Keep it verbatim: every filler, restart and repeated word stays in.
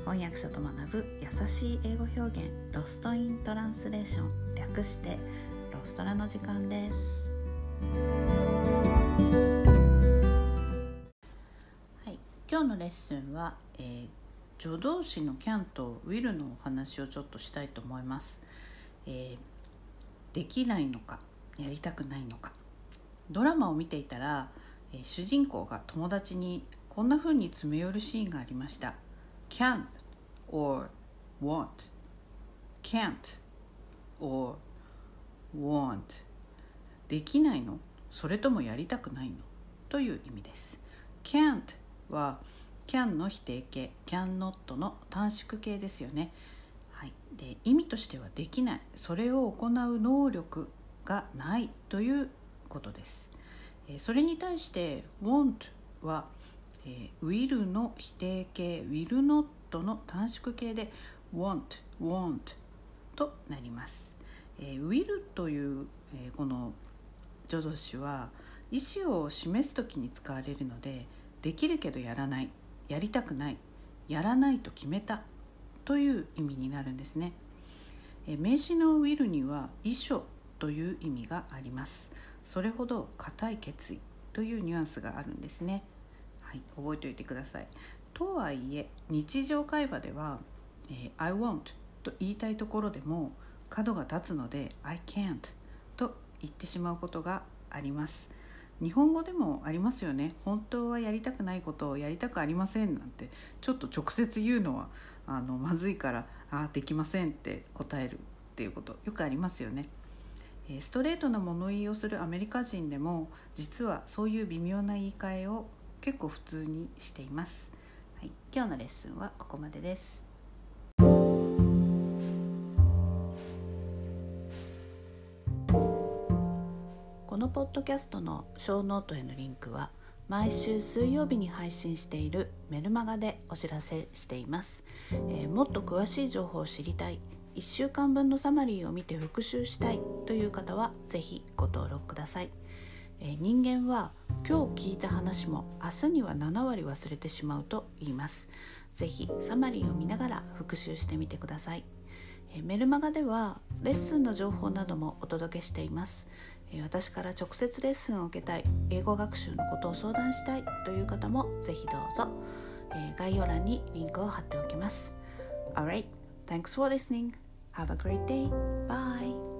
翻訳者と学ぶ優しい英語表現、ロストイントランスレーション、略してロストラの時間です。はい、今日のレッスンは、えー、助動詞の can と will のお話をちょっとしたいと思います。えー、できないのかやりたくないのか。ドラマを見ていたら、えー、主人公が友達にこんな風に詰め寄るシーンがありました。 can't or won't can't or won't できないの？それともやりたくないの？という意味です。 can't は can の否定形 can not の短縮形ですよね。はい、で意味としてはできない、それを行う能力がないということです。えー、それに対して won't は、えー、will の否定形 will not の短縮形で won't won't となります。えー、will という、えー、この助動詞は意思を示すときに使われるので、できるけどやらない、やりたくない、やらないと決めたという意味になるんですね。えー、名詞の will には意書という意味があります。それほど固い決意というニュアンスがあるんですね。はい、覚えておいてください。とはいえ日常会話では、えー、I want と言いたいところでも角が立つので I can't と言ってしまうことがあります。日本語でもありますよね。本当はやりたくないことをやりたくありませんなんてちょっと直接言うのはあのまずいから、あできませんって答えるっていうことよくありますよね。ストレートな物言いをするアメリカ人でも実はそういう微妙な言い換えを結構普通にしています。はい、今日のレッスンはここまでです。このポッドキャストのショーノートへのリンクは毎週水曜日に配信しているメルマガでお知らせしています。えー、もっと詳しい情報を知りたい、いっしゅうかんぶんのサマリーを見て復習したいという方はぜひご登録ください。えー、人間は今日聞いた話も明日にはななわり忘れてしまうと言います。ぜひサマリーを見ながら復習してみてください。えー、メルマガではレッスンの情報などもお届けしています。えー、私から直接レッスンを受けたい、英語学習のことを相談したいという方もぜひどうぞ。えー、概要欄にリンクを貼っておきます。Alright, thanks for listening. Have a great day. Bye.